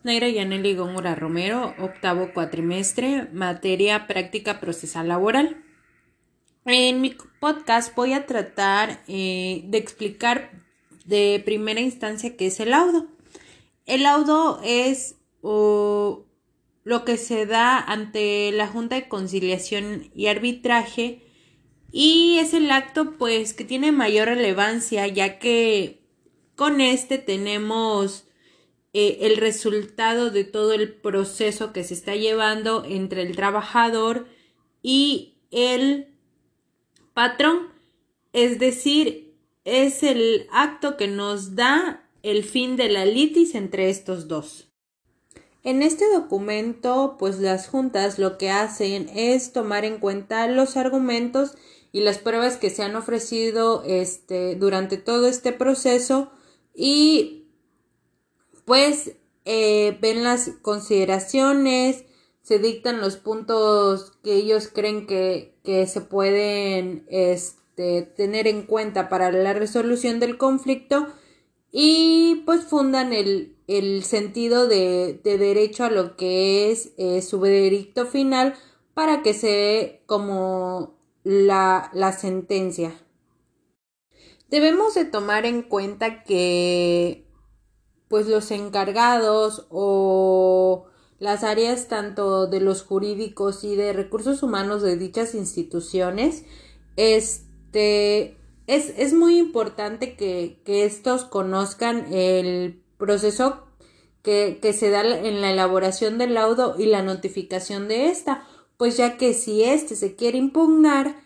Naira Yaneli Góngora Romero, octavo cuatrimestre, materia práctica procesal laboral. En mi podcast voy a tratar de explicar de primera instancia qué es el laudo. El laudo es lo que se da ante la Junta de Conciliación y Arbitraje y es el acto pues que tiene mayor relevancia, ya que con este tenemos el resultado de todo el proceso que se está llevando entre el trabajador y el patrón, es decir, es el acto que nos da el fin de la litis entre estos dos. En este documento, pues las juntas lo que hacen es tomar en cuenta los argumentos y las pruebas que se han ofrecido durante todo este proceso y pues ven las consideraciones, se dictan los puntos que ellos creen que se pueden tener en cuenta para la resolución del conflicto y pues fundan el sentido de derecho a lo que es su veredicto final para que se como la sentencia. Debemos de tomar en cuenta que pues los encargados o las áreas tanto de los jurídicos y de recursos humanos de dichas instituciones, es muy importante que estos conozcan el proceso que se da en la elaboración del laudo y la notificación de esta, pues ya que si se quiere impugnar,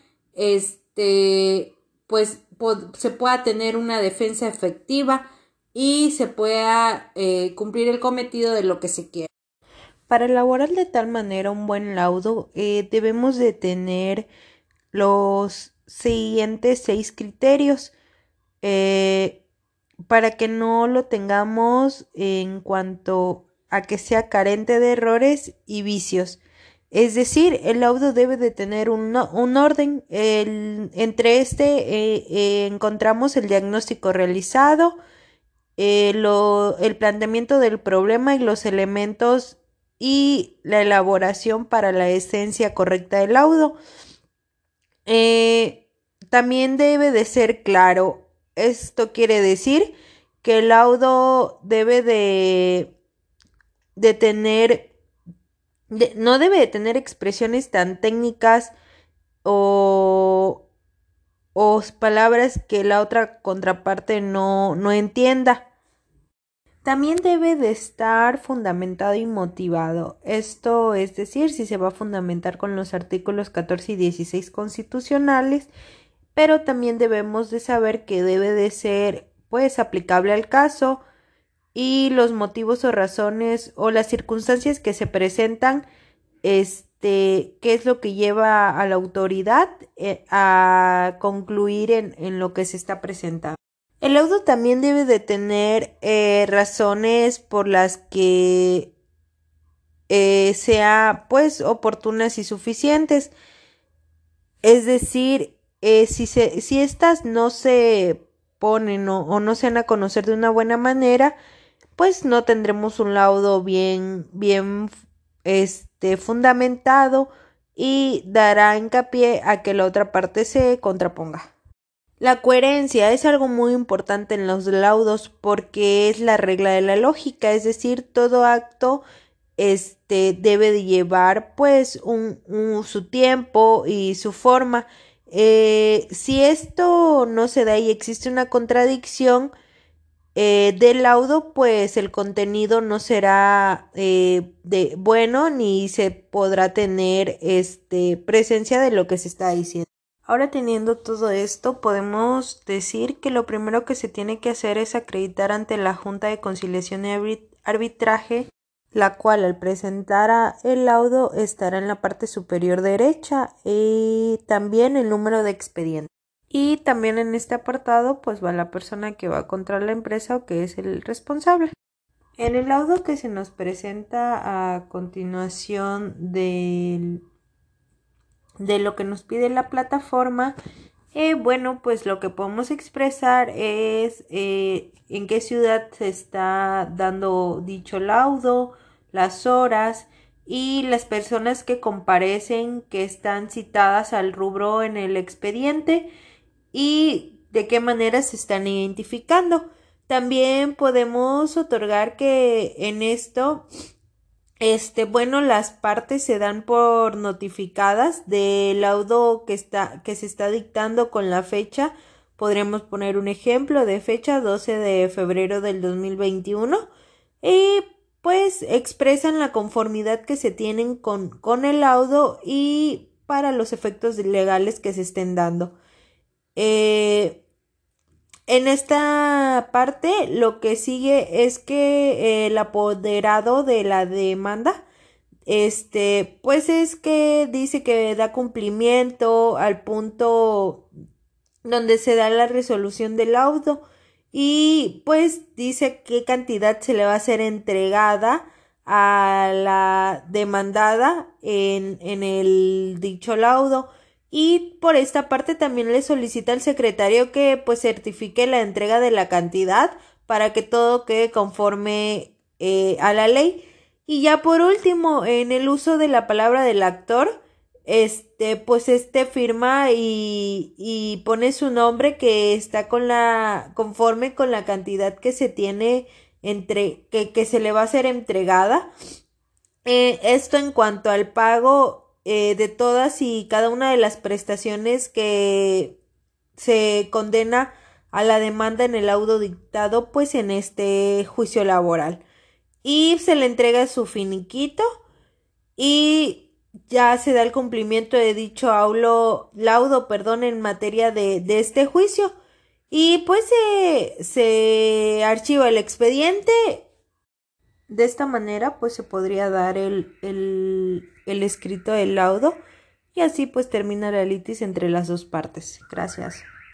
pues se pueda tener una defensa efectiva y se pueda cumplir el cometido de lo que se quiere. Para elaborar de tal manera un buen laudo, debemos de tener los siguientes 6 criterios para que no lo tengamos en cuanto a que sea carente de errores y vicios. Es decir, el laudo debe de tener un orden. Entre encontramos el diagnóstico realizado, el planteamiento del problema y los elementos y la elaboración para la esencia correcta del laudo. También debe de ser claro. Esto quiere decir que el laudo debe de tener, no debe de tener expresiones tan técnicas o palabras que la otra contraparte no entienda. También debe de estar fundamentado y motivado. Esto es decir, si se va a fundamentar con los artículos 14 y 16 constitucionales, pero también debemos de saber que debe de ser pues aplicable al caso y los motivos o razones o las circunstancias que se presentan, qué es lo que lleva a la autoridad a concluir en lo que se está presentando. El laudo también debe de tener razones por las que sea pues oportunas y suficientes. Es decir, si estas no se ponen o no se dan a conocer de una buena manera, pues no tendremos un laudo bien fundamentado y dará hincapié a que la otra parte se contraponga. La coherencia es algo muy importante en los laudos porque es la regla de la lógica, es decir, todo acto debe de llevar pues su tiempo y su forma. Si esto no se da y existe una contradicción del laudo, pues el contenido no será bueno ni se podrá tener presencia de lo que se está diciendo. Ahora teniendo todo esto, podemos decir que lo primero que se tiene que hacer es acreditar ante la Junta de Conciliación y Arbitraje, la cual al presentar el laudo estará en la parte superior derecha y también el número de expediente. Y también en este apartado pues va la persona que va contra la empresa o que es el responsable. En el laudo que se nos presenta a continuación de lo que nos pide la plataforma, Bueno, pues lo que podemos expresar es en qué ciudad se está dando dicho laudo, las horas y las personas que comparecen, que están citadas al rubro en el expediente y de qué manera se están identificando. También podemos otorgar que en esto bueno, las partes se dan por notificadas del laudo que se está dictando con la fecha. Podríamos poner un ejemplo de fecha 12 de febrero del 2021 y pues expresan la conformidad que se tienen con el laudo y para los efectos legales que se estén dando. Eh, en esta parte lo que sigue es que el apoderado de la demanda pues es que dice que da cumplimiento al punto donde se da la resolución del laudo y pues dice qué cantidad se le va a ser entregada a la demandada en el dicho laudo. Y por esta parte también le solicita al secretario que pues certifique la entrega de la cantidad para que todo quede conforme a la ley. Y ya por último, en el uso de la palabra del actor, pues firma y pone su nombre que está conforme con la cantidad que se tiene que se le va a ser entregada. Esto en cuanto al pago de todas y cada una de las prestaciones que se condena a la demanda en el laudo dictado pues en este juicio laboral y se le entrega su finiquito y ya se da el cumplimiento de dicho laudo, en materia de este juicio y pues se archiva el expediente. De esta manera pues se podría dar el escrito del laudo y así pues termina la litis entre las dos partes. Gracias.